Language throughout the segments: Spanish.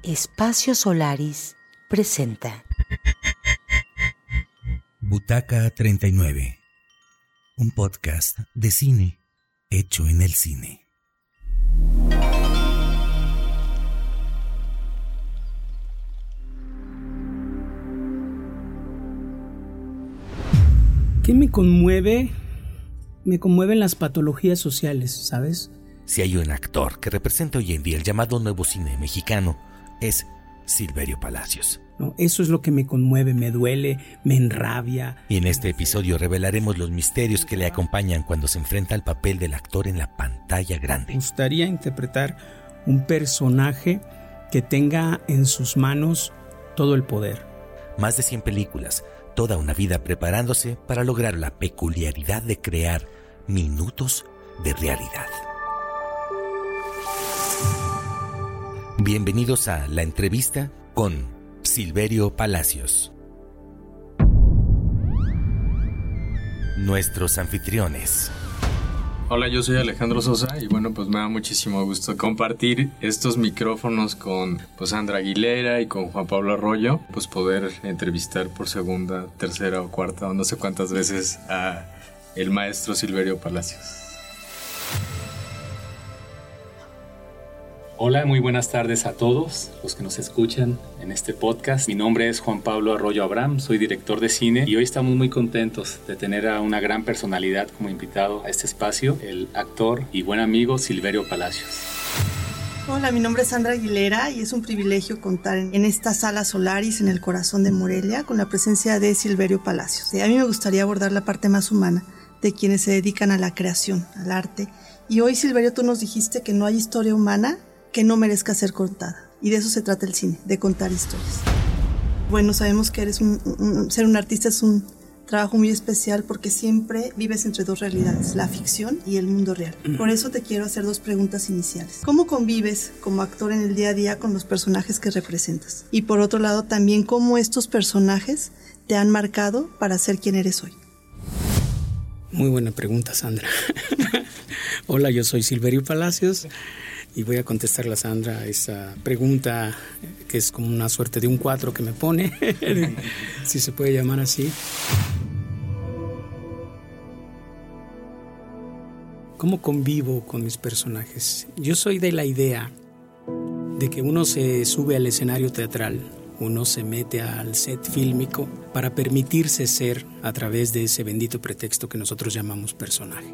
Espacio Solaris presenta Butaca 39, un podcast de cine hecho en el cine. ¿Qué me conmueve? Me conmueven las patologías sociales, ¿sabes? Si hay un actor que representa hoy en día el llamado nuevo cine mexicano, es Silverio Palacios. No, eso es lo que me conmueve, me duele, me enrabia. Y en este episodio revelaremos los misterios que le acompañan cuando se enfrenta al papel del actor en la pantalla grande. Me gustaría interpretar un personaje que tenga en sus manos todo el poder. Más de 100 películas, toda una vida preparándose para lograr la peculiaridad de crear minutos de realidad. Bienvenidos a La Entrevista con Silverio Palacios. Nuestros anfitriones. Hola, yo soy Alejandro Sosa y bueno, pues me da muchísimo gusto compartir estos micrófonos con Sandra Aguilera y con Juan Pablo Arroyo, pues poder entrevistar por segunda, tercera o cuarta o no sé cuántas veces a el maestro Silverio Palacios. Hola, muy buenas tardes a todos los que nos escuchan en este podcast. Mi nombre es Juan Pablo Arroyo Abraham, soy director de cine y hoy estamos muy contentos de tener a una gran personalidad como invitado a este espacio, el actor y buen amigo Silverio Palacios. Hola, mi nombre es Sandra Aguilera y es un privilegio contar en esta sala Solaris en el corazón de Morelia con la presencia de Silverio Palacios. A mí me gustaría abordar la parte más humana de quienes se dedican a la creación, al arte. Y hoy, Silverio, tú nos dijiste que no hay historia humana que no merezca ser contada. Y de eso se trata el cine, de contar historias. Bueno, sabemos que eres ser un artista es un trabajo muy especial porque siempre vives entre dos realidades, la ficción y el mundo real. Por eso te quiero hacer dos preguntas iniciales. ¿Cómo convives como actor en el día a día con los personajes que representas? Y por otro lado, también, ¿cómo estos personajes te han marcado para ser quien eres hoy? Muy buena pregunta, Sandra. Hola, yo soy Silverio Palacios. Y voy a contestarle a Sandra esa pregunta que es como una suerte de un cuadro que me pone, si se puede llamar así. ¿Cómo convivo con mis personajes? Yo soy de la idea de que uno se sube al escenario teatral, uno se mete al set fílmico para permitirse ser a través de ese bendito pretexto que nosotros llamamos personaje.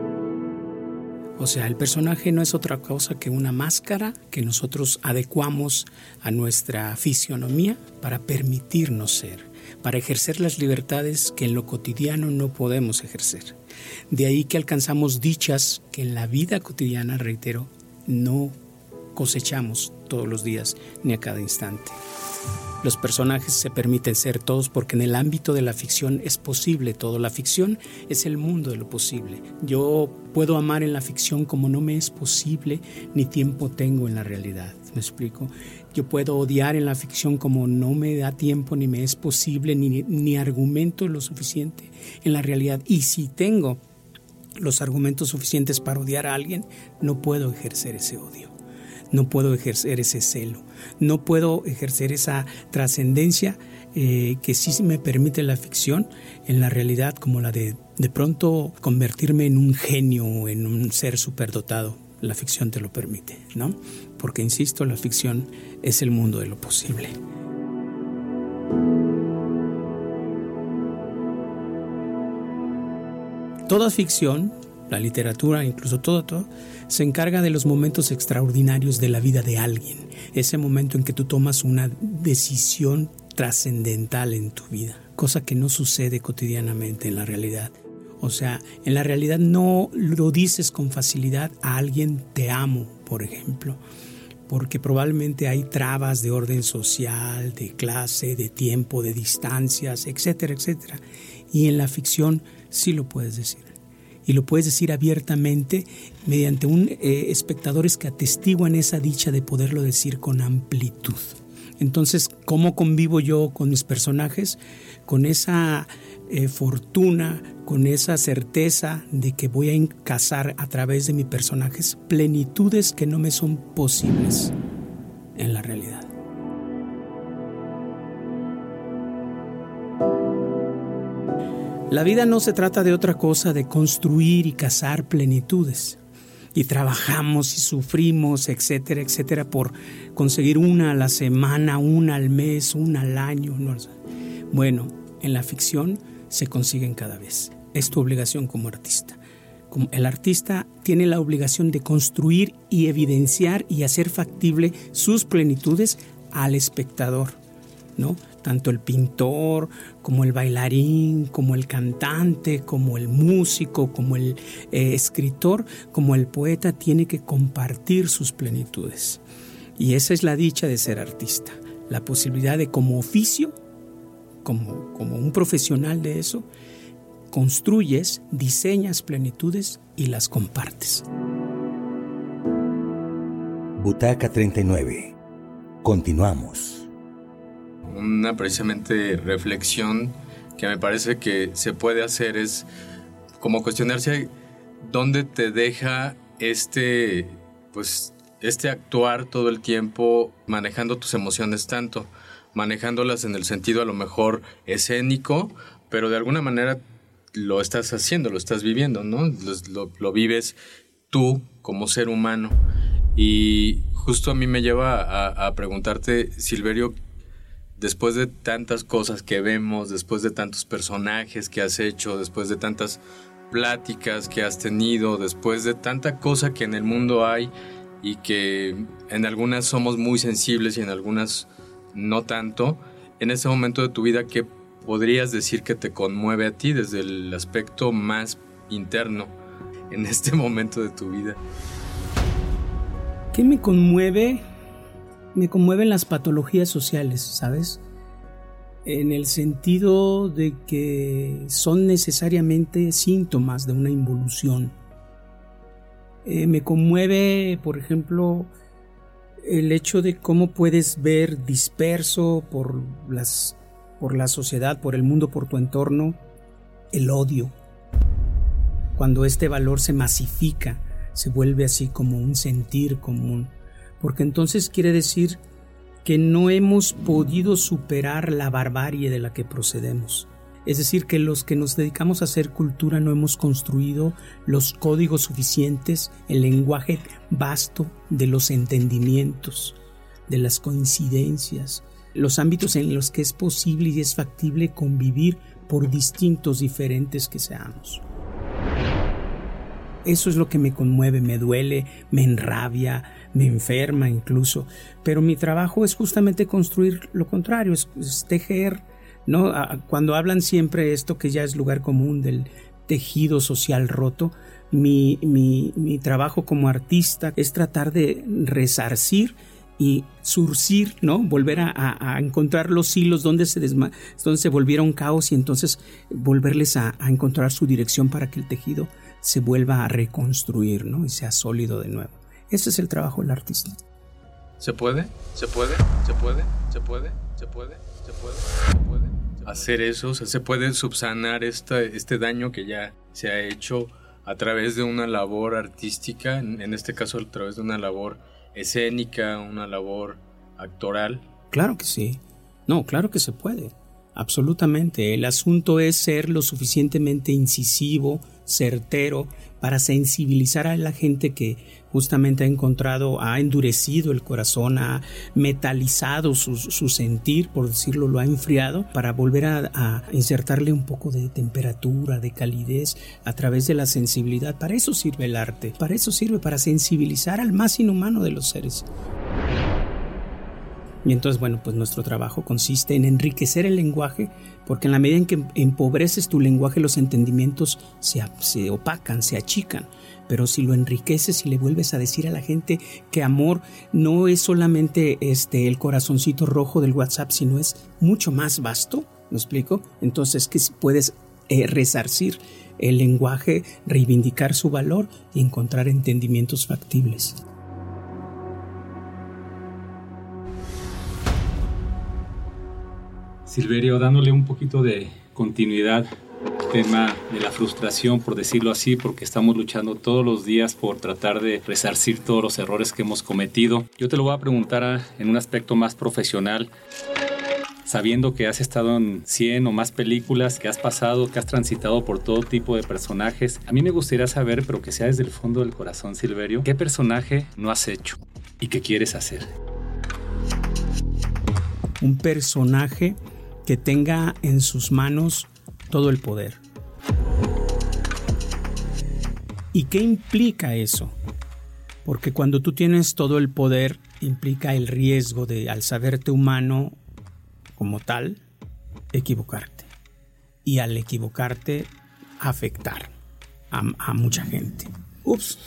O sea, el personaje no es otra cosa que una máscara que nosotros adecuamos a nuestra fisionomía para permitirnos ser, para ejercer las libertades que en lo cotidiano no podemos ejercer. De ahí que alcanzamos dichas que en la vida cotidiana, reitero, no cosechamos todos los días ni a cada instante. Los personajes se permiten ser todos porque en el ámbito de la ficción es posible todo. La ficción es el mundo de lo posible. Yo puedo amar en la ficción como no me es posible ni tiempo tengo en la realidad. ¿Me explico? Yo puedo odiar en la ficción como no me da tiempo ni me es posible ni argumento lo suficiente en la realidad. Y si tengo los argumentos suficientes para odiar a alguien, no puedo ejercer ese odio. No puedo ejercer ese celo, no puedo ejercer esa trascendencia que sí me permite la ficción en la realidad, como la de pronto convertirme en un genio o en un ser superdotado. La ficción te lo permite, ¿no? Porque, insisto, la ficción es el mundo de lo posible. Toda ficción, la literatura, incluso todo, se encarga de los momentos extraordinarios de la vida de alguien. Ese momento en que tú tomas una decisión trascendental en tu vida, cosa que no sucede cotidianamente en la realidad. O sea, en la realidad no lo dices con facilidad a alguien te amo, por ejemplo, porque probablemente hay trabas de orden social, de clase, de tiempo, de distancias, etcétera, etcétera. Y en la ficción sí lo puedes decir. Y lo puedes decir abiertamente mediante espectadores que atestiguan esa dicha de poderlo decir con amplitud. Entonces, ¿cómo convivo yo con mis personajes? Con esa fortuna, con esa certeza de que voy a encasar a través de mis personajes plenitudes que no me son posibles en la realidad. La vida no se trata de otra cosa de construir y cazar plenitudes. Y trabajamos y sufrimos, etcétera, etcétera, por conseguir una a la semana, una al mes, una al año. No. Bueno, en la ficción se consiguen cada vez. Es tu obligación como artista. El artista tiene la obligación de construir y evidenciar y hacer factible sus plenitudes al espectador, ¿no? Tanto el pintor, como el bailarín, como el cantante, como el músico, como el escritor, como el poeta, tiene que compartir sus plenitudes. Y esa es la dicha de ser artista, la posibilidad de como oficio, como un profesional de eso, construyes, diseñas plenitudes y las compartes. Butaca 39. Continuamos. Una precisamente reflexión que me parece que se puede hacer es como cuestionarse dónde te deja este actuar todo el tiempo manejando tus emociones tanto, manejándolas en el sentido a lo mejor escénico, pero de alguna manera lo estás haciendo, lo estás viviendo, ¿no? Lo vives tú como ser humano. Y justo a mí me lleva a preguntarte, Silverio, después de tantas cosas que vemos, después de tantos personajes que has hecho, después de tantas pláticas que has tenido, después de tanta cosa que en el mundo hay y que en algunas somos muy sensibles y en algunas no tanto, en ese momento de tu vida, ¿qué podrías decir que te conmueve a ti desde el aspecto más interno en este momento de tu vida? ¿Qué me conmueve? Me conmueven las patologías sociales, ¿sabes? En el sentido de que son necesariamente síntomas de una involución. Me conmueve, por ejemplo, el hecho de cómo puedes ver disperso por la sociedad, por el mundo, por tu entorno, el odio. Cuando este valor se masifica, se vuelve así como un sentir común. Porque entonces quiere decir que no hemos podido superar la barbarie de la que procedemos. Es decir, que los que nos dedicamos a hacer cultura no hemos construido los códigos suficientes, el lenguaje vasto de los entendimientos, de las coincidencias, los ámbitos en los que es posible y es factible convivir por distintos, diferentes que seamos. Eso es lo que me conmueve, me duele, me enrabia, me enferma incluso. Pero mi trabajo es justamente construir lo contrario, es tejer, ¿no? Cuando hablan siempre esto que ya es lugar común del tejido social roto, mi trabajo como artista es tratar de resarcir y surcir, ¿no? Volver a encontrar los hilos donde se volviera un caos y entonces volverles a encontrar su dirección para que el tejido se vuelva a reconstruir, ¿no? Y sea sólido de nuevo. Ese es el trabajo del artista. ¿Se puede? ¿Se puede? ¿Se puede? ¿Se puede? ¿Se puede? ¿Se puede? ¿Se puede? Hacer eso, o sea, se puede subsanar este daño que ya se ha hecho a través de una labor artística, en este caso a través de una labor escénica, una labor actoral. Claro que sí. No, claro que se puede. Absolutamente. El asunto es ser lo suficientemente incisivo, certero, para sensibilizar a la gente que justamente ha endurecido el corazón, ha metalizado su sentir, por decirlo, lo ha enfriado, para volver a insertarle un poco de temperatura, de calidez a través de la sensibilidad. Para eso sirve el arte, para eso sirve, para sensibilizar al más inhumano de los seres. Y entonces, bueno, pues nuestro trabajo consiste en enriquecer el lenguaje, porque en la medida en que empobreces tu lenguaje, los entendimientos se opacan, se achican. Pero si lo enriqueces y le vuelves a decir a la gente que amor no es solamente el corazoncito rojo del WhatsApp, sino es mucho más vasto, ¿me explico? Entonces, que puedes resarcir el lenguaje, reivindicar su valor y encontrar entendimientos factibles. Silverio, dándole un poquito de continuidad al tema de la frustración, por decirlo así, porque estamos luchando todos los días por tratar de resarcir todos los errores que hemos cometido. Yo te lo voy a preguntar en un aspecto más profesional. sabiendo que has estado en 100 o más películas, que has pasado, que has transitado por todo tipo de personajes. A mí me gustaría saber, pero que sea desde el fondo del corazón, Silverio, ¿qué personaje no has hecho y qué quieres hacer? Un personaje que tenga en sus manos todo el poder. ¿Y qué implica eso? Porque cuando tú tienes todo el poder, implica el riesgo de, al saberte humano como tal, equivocarte. Y al equivocarte, afectar a mucha gente. Ups.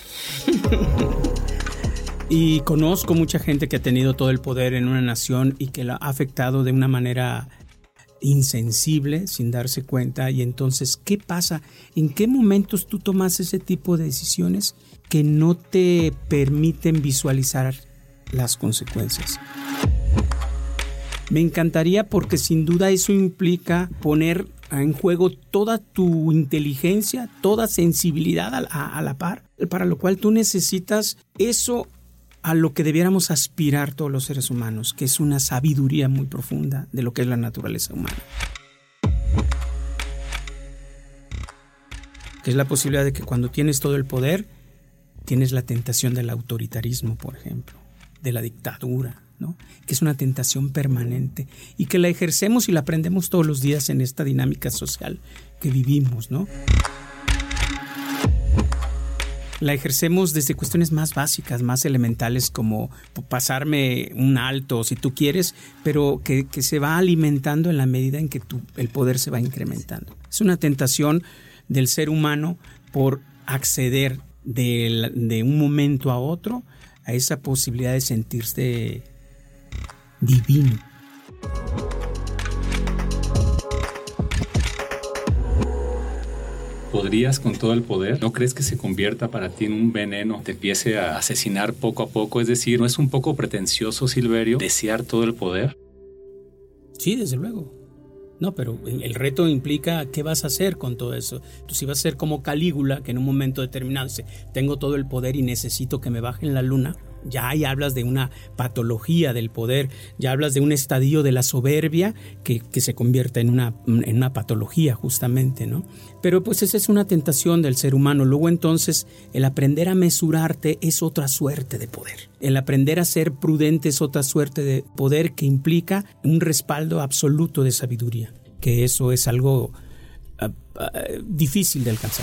Y conozco mucha gente que ha tenido todo el poder en una nación y que la ha afectado de una manera insensible, sin darse cuenta. Y entonces, ¿qué pasa? ¿En qué momentos tú tomas ese tipo de decisiones que no te permiten visualizar las consecuencias? Me encantaría, porque sin duda eso implica poner en juego toda tu inteligencia, toda sensibilidad a la par, para lo cual tú necesitas eso a lo que debiéramos aspirar todos los seres humanos, que es una sabiduría muy profunda de lo que es la naturaleza humana. Que es la posibilidad de que cuando tienes todo el poder, tienes la tentación del autoritarismo, por ejemplo, de la dictadura, ¿no? Que es una tentación permanente y que la ejercemos y la aprendemos todos los días en esta dinámica social que vivimos, ¿no? La ejercemos desde cuestiones más básicas, más elementales, como pasarme un alto, si tú quieres, pero que se va alimentando en la medida en que el poder se va incrementando. Es una tentación del ser humano por acceder de un momento a otro a esa posibilidad de sentirse divino. ¿Podrías con todo el poder? ¿No crees que se convierta para ti en un veneno? ¿Te empiece a asesinar poco a poco? Es decir, ¿no es un poco pretencioso, Silverio, desear todo el poder? Sí, desde luego. No, pero el reto implica qué vas a hacer con todo eso. Tú si vas a ser como Calígula, que en un momento determinado dice, tengo todo el poder y necesito que me bajen la luna, ya ahí hablas de una patología del poder, ya hablas de un estadio de la soberbia que se convierte en una patología justamente, ¿no? Pero pues esa es una tentación del ser humano. Luego entonces el aprender a mesurarte es otra suerte de poder. El aprender a ser prudente es otra suerte de poder que implica un respaldo absoluto de sabiduría, que eso es algo difícil de alcanzar.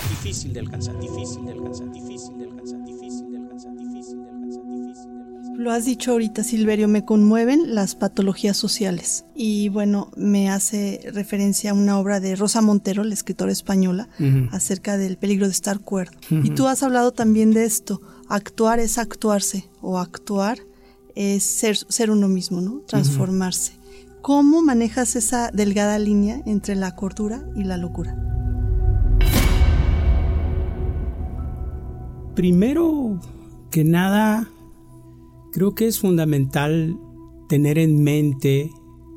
Lo has dicho ahorita, Silverio, me conmueven las patologías sociales. Y bueno, me hace referencia a una obra de Rosa Montero, la escritora española, acerca del peligro de estar cuerdo. Y tú has hablado también de esto. Actuar es actuarse, o actuar es ser uno mismo, ¿no? Transformarse. ¿Cómo manejas esa delgada línea entre la cordura y la locura? Primero que nada, creo que es fundamental tener en mente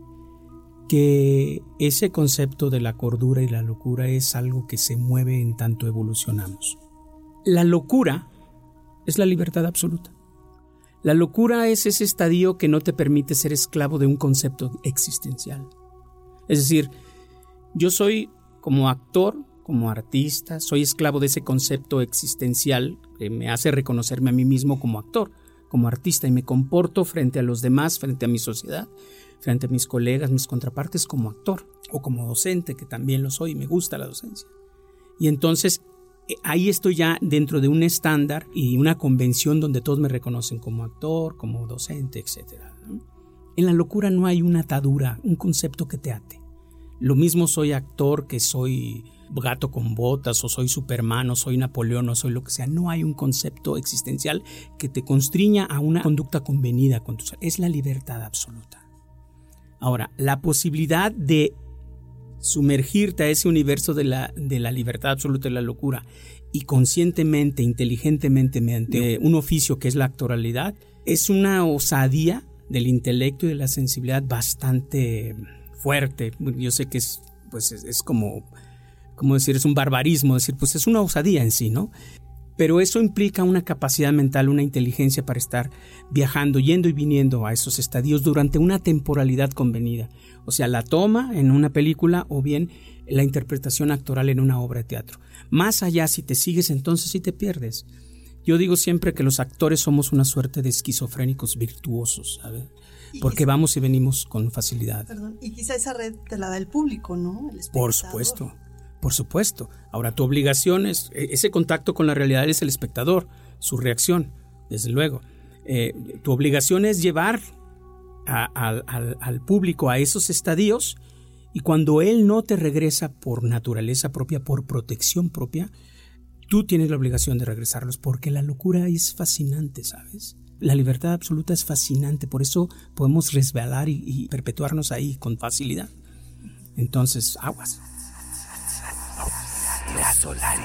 que ese concepto de la cordura y la locura es algo que se mueve en tanto evolucionamos. La locura es la libertad absoluta. La locura es ese estadio que no te permite ser esclavo de un concepto existencial. Es decir, yo soy como actor, como artista, soy esclavo de ese concepto existencial que me hace reconocerme a mí mismo como actor, como artista, y me comporto frente a los demás, frente a mi sociedad, frente a mis colegas, mis contrapartes como actor o como docente, que también lo soy y me gusta la docencia. Y entonces ahí estoy ya dentro de un estándar y una convención donde todos me reconocen como actor, como docente, etc., ¿no? En la locura no hay una atadura, un concepto que te ate. Lo mismo soy actor que soy Gato con Botas, o soy Superman, o soy Napoleón, o soy lo que sea. No hay un concepto existencial que te constriña a una conducta convenida con tu ser. Es la libertad absoluta. Ahora, la posibilidad de sumergirte a ese universo de la libertad absoluta y la locura, y conscientemente, inteligentemente, mediante un oficio que es la actoralidad, es una osadía del intelecto y de la sensibilidad bastante fuerte. Yo sé que es como decir, es un barbarismo decir, pues es una osadía en sí, ¿no? Pero eso implica una capacidad mental, una inteligencia para estar viajando, yendo y viniendo a esos estadios durante una temporalidad convenida. O sea, la toma en una película o bien la interpretación actoral en una obra de teatro. Más allá, si te sigues, entonces sí te pierdes. Yo digo siempre que los actores somos una suerte de esquizofrénicos virtuosos, ¿sabes? Porque vamos y venimos con facilidad. Perdón, y quizá esa red te la da el público, ¿no? El Por supuesto. Por supuesto. Ahora, tu obligación es, ese contacto con la realidad es el espectador, su reacción, desde luego. Tu obligación es llevar al público a esos estadios, y cuando él no te regresa por naturaleza propia, por protección propia, tú tienes la obligación de regresarlos, porque la locura es fascinante, ¿sabes? La libertad absoluta es fascinante, por eso podemos resbalar y perpetuarnos ahí con facilidad. Entonces, aguas. La Solaris.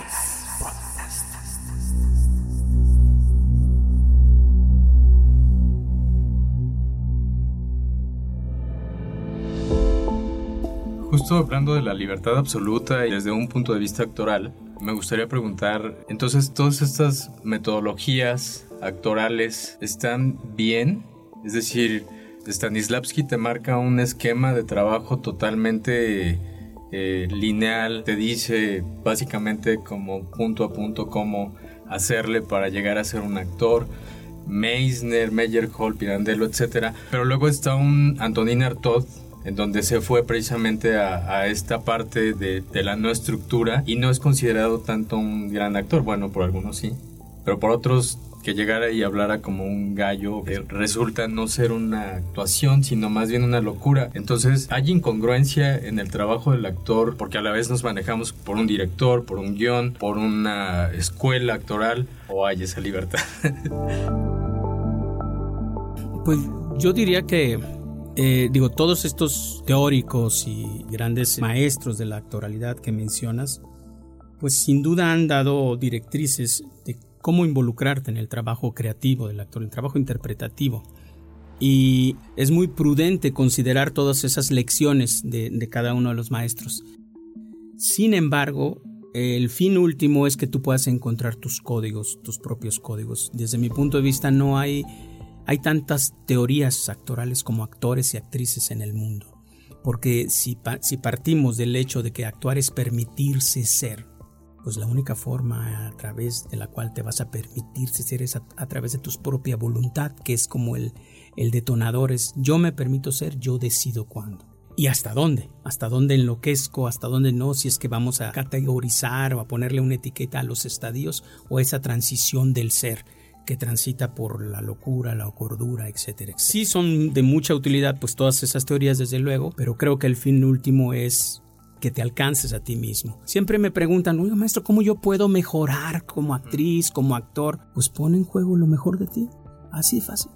Justo hablando de la libertad absoluta y desde un punto de vista actoral, me gustaría preguntar, entonces, ¿todas estas metodologías actorales están bien? Es decir, Stanislavski te marca un esquema de trabajo totalmente lineal, te dice básicamente como punto a punto cómo hacerle para llegar a ser un actor. Meisner, Meyerhold, Pirandello, etc. Pero luego está un Antonin Artaud, en donde se fue precisamente a esta parte de la no estructura y no es considerado tanto un gran actor. Bueno, por algunos sí, pero por otros que llegara y hablara como un gallo, que resulta no ser una actuación, sino más bien una locura. Entonces hay incongruencia en el trabajo del actor, porque a la vez nos manejamos por un director, por un guión, por una escuela actoral, o hay esa libertad. Pues yo diría que todos estos teóricos y grandes maestros de la actoralidad que mencionas, pues sin duda han dado directrices de cómo involucrarte en el trabajo creativo del actor, el trabajo interpretativo. Y es muy prudente considerar todas esas lecciones de cada uno de los maestros. Sin embargo, el fin último es que tú puedas encontrar tus códigos, tus propios códigos. Desde mi punto de vista no hay tantas teorías actorales como actores y actrices en el mundo. Porque si partimos del hecho de que actuar es permitirse ser, pues la única forma a través de la cual te vas a permitirse ser es a través de tu propia voluntad, que es como el detonador, es yo me permito ser, yo decido cuándo. ¿Y hasta dónde enloquezco? ¿Hasta dónde no? Si es que vamos a categorizar o a ponerle una etiqueta a los estadios o esa transición del ser que transita por la locura, la cordura, etcétera, etcétera. Sí son de mucha utilidad pues todas esas teorías desde luego, pero creo que el fin último es que te alcances a ti mismo. Siempre me preguntan, oye maestro, ¿cómo yo puedo mejorar como actriz, como actor? Pues pon en juego lo mejor de ti, así de fácil.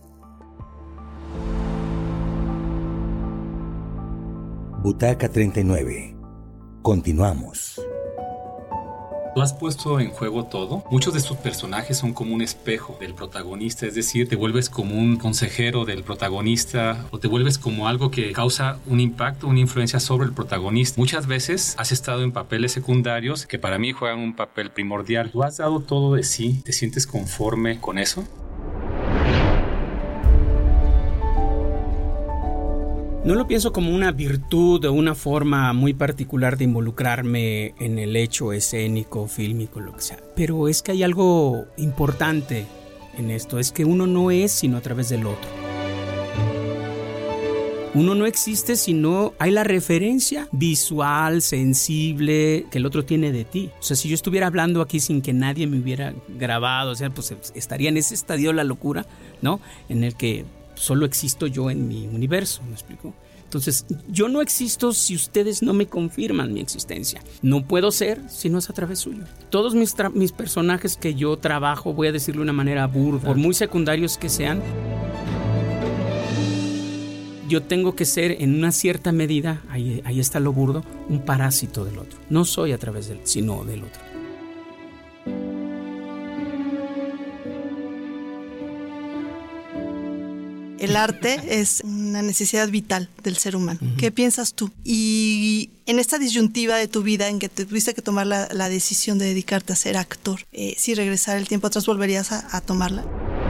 Butaca 39. Continuamos. ¿Tú has puesto en juego todo? Muchos de sus personajes son como un espejo del protagonista, es decir, te vuelves como un consejero del protagonista o te vuelves como algo que causa un impacto, una influencia sobre el protagonista. Muchas veces has estado en papeles secundarios que para mí juegan un papel primordial. ¿Tú has dado todo de sí? ¿Te sientes conforme con eso? No lo pienso como una virtud o una forma muy particular de involucrarme en el hecho escénico, fílmico, lo que sea. Pero es que hay algo importante en esto, es que uno no es sino a través del otro. Uno no existe si no hay la referencia visual, sensible, que el otro tiene de ti. O sea, si yo estuviera hablando aquí sin que nadie me hubiera grabado, o sea, pues estaría en ese estadio de la locura, ¿no? En el que solo existo yo en mi universo, ¿me explico? Entonces, yo no existo si ustedes no me confirman mi existencia. No puedo ser si no es a través suyo. Todos mis personajes que yo trabajo, voy a decirlo de una manera burda, por muy secundarios que sean, yo tengo que ser en una cierta medida, ahí está lo burdo, un parásito del otro. No soy a través del, sino del otro. El arte es un una necesidad vital del ser humano. ¿Qué piensas tú? Y en esta disyuntiva de tu vida en que te tuviste que tomar la decisión de dedicarte a ser actor, si regresara el tiempo atrás, ¿volverías a tomarla?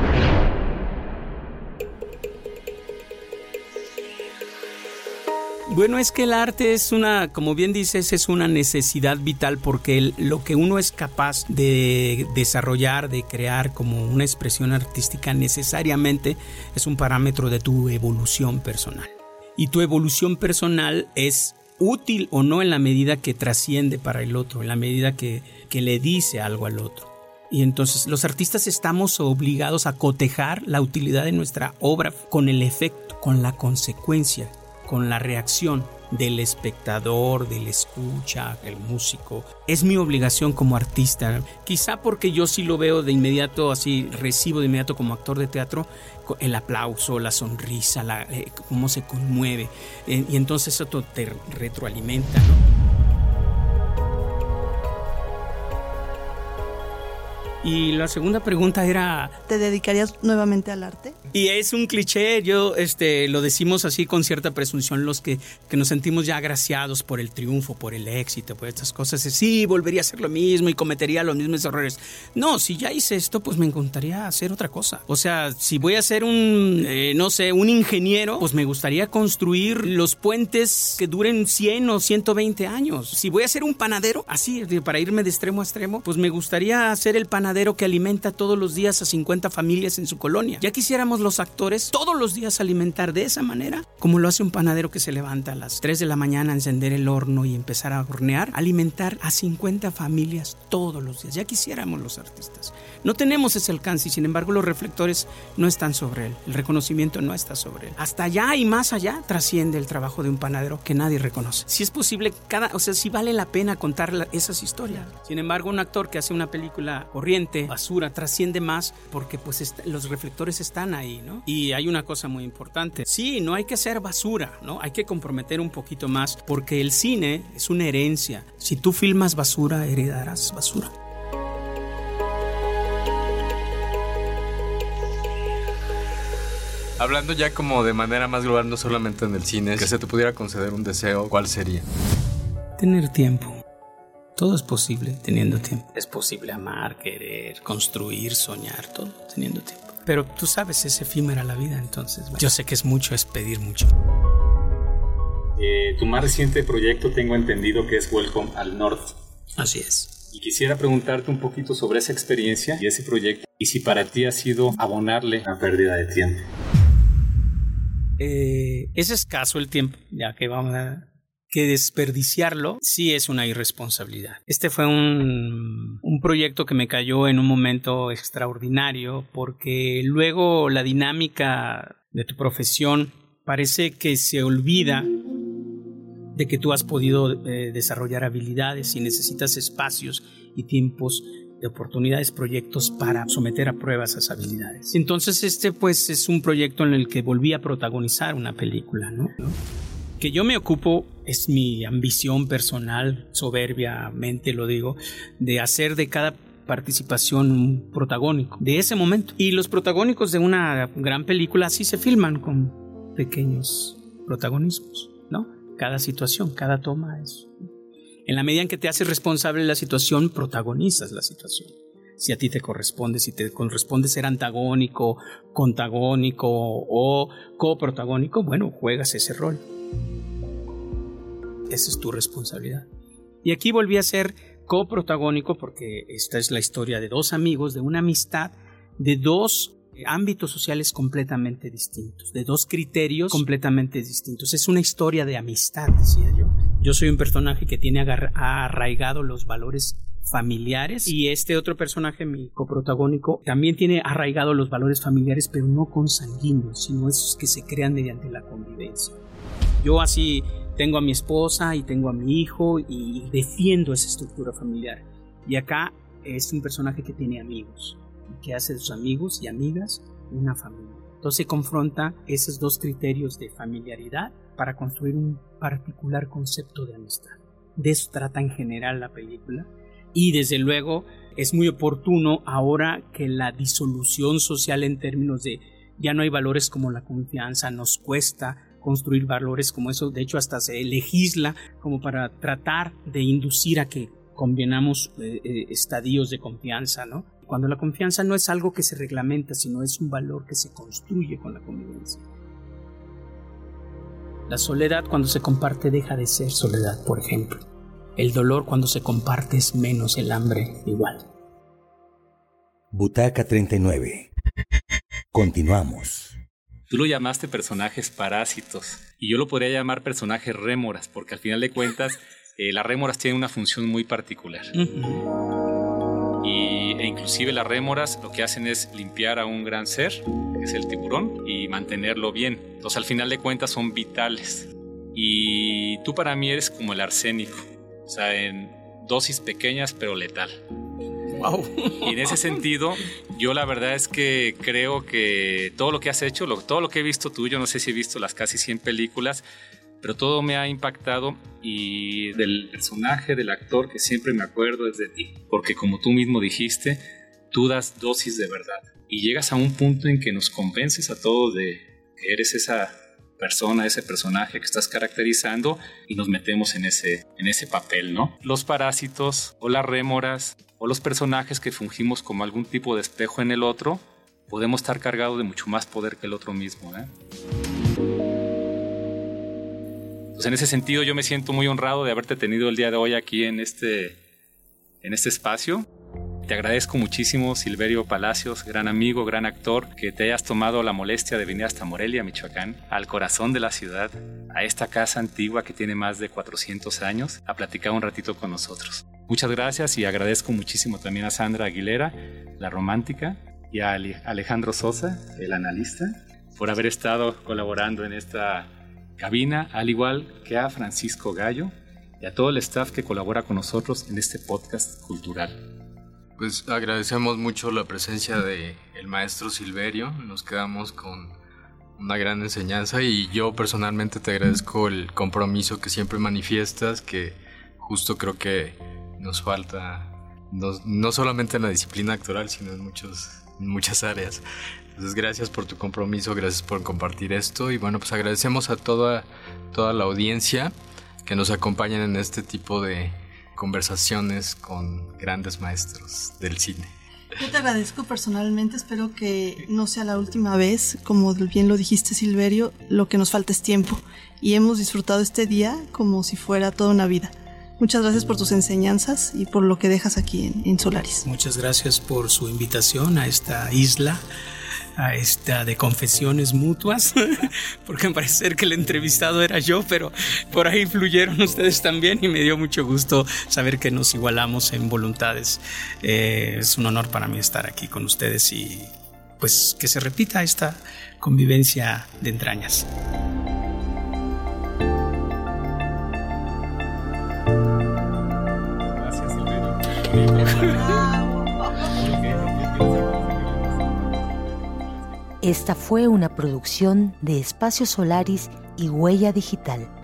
Bueno, es que el arte es una, como bien dices, es una necesidad vital porque lo que uno es capaz de desarrollar, de crear como una expresión artística necesariamente es un parámetro de tu evolución personal. Y tu evolución personal es útil o no en la medida que trasciende para el otro, en la medida que le dice algo al otro. Y entonces los artistas estamos obligados a cotejar la utilidad de nuestra obra con el efecto, con la consecuencia, con la reacción del espectador, del escucha, del músico. Es mi obligación como artista, quizá porque yo sí lo veo de inmediato, así recibo de inmediato como actor de teatro el aplauso, la sonrisa, cómo se conmueve, y entonces eso te retroalimenta, ¿no? Y la segunda pregunta era... ¿Te dedicarías nuevamente al arte? Y es un cliché, lo decimos así con cierta presunción los que nos sentimos ya agraciados por el triunfo, por el éxito, por estas cosas. Sí, volvería a hacer lo mismo y cometería los mismos errores. No, si ya hice esto, pues me encantaría hacer otra cosa. O sea, si voy a ser un ingeniero, pues me gustaría construir los puentes que duren 100 o 120 años. Si voy a ser un panadero, así, para irme de extremo a extremo, pues me gustaría ser el panadero que alimenta todos los días a 50 familias en su colonia. Ya quisiéramos los actores todos los días alimentar de esa manera, como lo hace un panadero que se levanta a las 3 de la mañana a encender el horno y empezar a hornear, alimentar a 50 familias todos los días. Ya quisiéramos los artistas. No tenemos ese alcance y sin embargo los reflectores no están sobre él, el reconocimiento no está sobre él. Hasta allá y más allá trasciende el trabajo de un panadero que nadie reconoce. Si es posible, si vale la pena contar esas historias. Sin embargo, un actor que hace una película corriente, basura, trasciende más porque pues los reflectores están ahí, ¿no? Y hay una cosa muy importante. Sí, no hay que hacer basura, ¿no? Hay que comprometer un poquito más porque el cine es una herencia. Si tú filmas basura, heredarás basura. Hablando ya como de manera más global, no solamente en el cine, que se te pudiera conceder un deseo, ¿cuál sería? Tener tiempo. Todo es posible teniendo tiempo. Es posible amar, querer, construir, soñar, todo teniendo tiempo. Pero tú sabes, es efímera la vida, entonces yo sé que es mucho, es pedir mucho. Tu más reciente proyecto tengo entendido que es Welcome al North. Así es. Y quisiera preguntarte un poquito sobre esa experiencia y ese proyecto y si para ti ha sido abonarle la pérdida de tiempo. Es escaso el tiempo, ya que vamos a... que desperdiciarlo sí es una irresponsabilidad. Este fue un proyecto que me cayó en un momento extraordinario porque luego la dinámica de tu profesión parece que se olvida de que tú has podido desarrollar habilidades y necesitas espacios y tiempos de oportunidades, proyectos para someter a prueba esas habilidades. Entonces pues es un proyecto en el que volví a protagonizar una película, ¿no? Que yo me ocupo, es mi ambición personal, soberbiamente lo digo, de hacer de cada participación un protagónico de ese momento. Y los protagónicos de una gran película así se filman con pequeños protagonismos, ¿no? Cada situación, cada toma es... En la medida en que te haces responsable de la situación, protagonizas la situación. Si a ti te corresponde, si te corresponde ser antagónico, contagónico o coprotagónico, bueno, juegas ese rol. Esa es tu responsabilidad. Y aquí volví a ser coprotagónico porque esta es la historia de dos amigos, de una amistad, de dos ámbitos sociales completamente distintos, de dos criterios completamente distintos. Es una historia de amistad, decía yo. Yo soy un personaje que tiene arraigado los valores familiares y este otro personaje, mi coprotagónico, también tiene arraigado los valores familiares, pero no consanguíneos, sino esos que se crean mediante la convivencia. Yo así tengo a mi esposa y tengo a mi hijo y defiendo esa estructura familiar. Y acá es un personaje que tiene amigos, que hace de sus amigos y amigas una familia. Entonces confronta esos dos criterios de familiaridad para construir un particular concepto de amistad. De eso trata en general la película. Y desde luego es muy oportuno ahora que la disolución social en términos de Ya no hay valores como la confianza, nos cuesta construir valores como eso, de hecho hasta se legisla como para tratar de inducir a que combinamos estadios de confianza, ¿no? Cuando la confianza no es algo que se reglamenta, sino es un valor que se construye con la convivencia. La soledad cuando se comparte deja de ser soledad, por ejemplo. El dolor cuando se comparte es menos, el hambre igual. Butaca 39. Continuamos. Tú lo llamaste personajes parásitos y yo lo podría llamar personajes rémoras, porque al final de cuentas las rémoras tienen una función muy particular. E inclusive las rémoras lo que hacen es limpiar a un gran ser, que es el tiburón, y mantenerlo bien. Entonces al final de cuentas son vitales. Y tú para mí eres como el arsénico, o sea, en dosis pequeñas pero letal. Wow. Y en ese sentido, yo la verdad es que creo que todo lo que has hecho, todo lo que he visto tuyo, no sé si he visto las casi 100 películas, pero todo me ha impactado, y del personaje, del actor que siempre me acuerdo es de ti, porque como tú mismo dijiste, tú das dosis de verdad y llegas a un punto en que nos convences a todos de que eres esa persona, ese personaje que estás caracterizando, y nos metemos en ese papel, ¿no? Los parásitos o las rémoras o los personajes que fungimos como algún tipo de espejo en el otro, podemos estar cargados de mucho más poder que el otro mismo, ¿eh? Pues en ese sentido yo me siento muy honrado de haberte tenido el día de hoy aquí en este espacio. Te agradezco muchísimo, Silverio Palacios, gran amigo, gran actor, que te hayas tomado la molestia de venir hasta Morelia, Michoacán, al corazón de la ciudad, a esta casa antigua que tiene más de 400 años, a platicar un ratito con nosotros. Muchas gracias, y agradezco muchísimo también a Sandra Aguilera, la romántica, y a Alejandro Sosa, el analista, por haber estado colaborando en esta cabina, al igual que a Francisco Gallo y a todo el staff que colabora con nosotros en este podcast cultural. Pues agradecemos mucho la presencia del maestro Silverio, nos quedamos con una gran enseñanza, y yo personalmente te agradezco el compromiso que siempre manifiestas, que justo creo que nos falta, no solamente en la disciplina actoral, sino en muchas áreas. Entonces gracias por tu compromiso, gracias por compartir esto, y bueno, pues agradecemos a toda la audiencia que nos acompañan en este tipo de conversaciones con grandes maestros del cine. Yo te agradezco personalmente, espero que no sea la última vez. Como bien lo dijiste, Silverio, lo que nos falta es tiempo, y hemos disfrutado este día como si fuera toda una vida. Muchas gracias por tus enseñanzas y por lo que dejas aquí en Solaris. Muchas gracias por su invitación a esta isla, a esta de confesiones mutuas, porque parece ser que el entrevistado era yo, pero por ahí fluyeron ustedes también, y me dio mucho gusto saber que nos igualamos en voluntades. Es un honor para mí estar aquí con ustedes, y pues que se repita esta convivencia de entrañas. Gracias, Silverio. Esta fue una producción de Espacio Solaris y Huella Digital.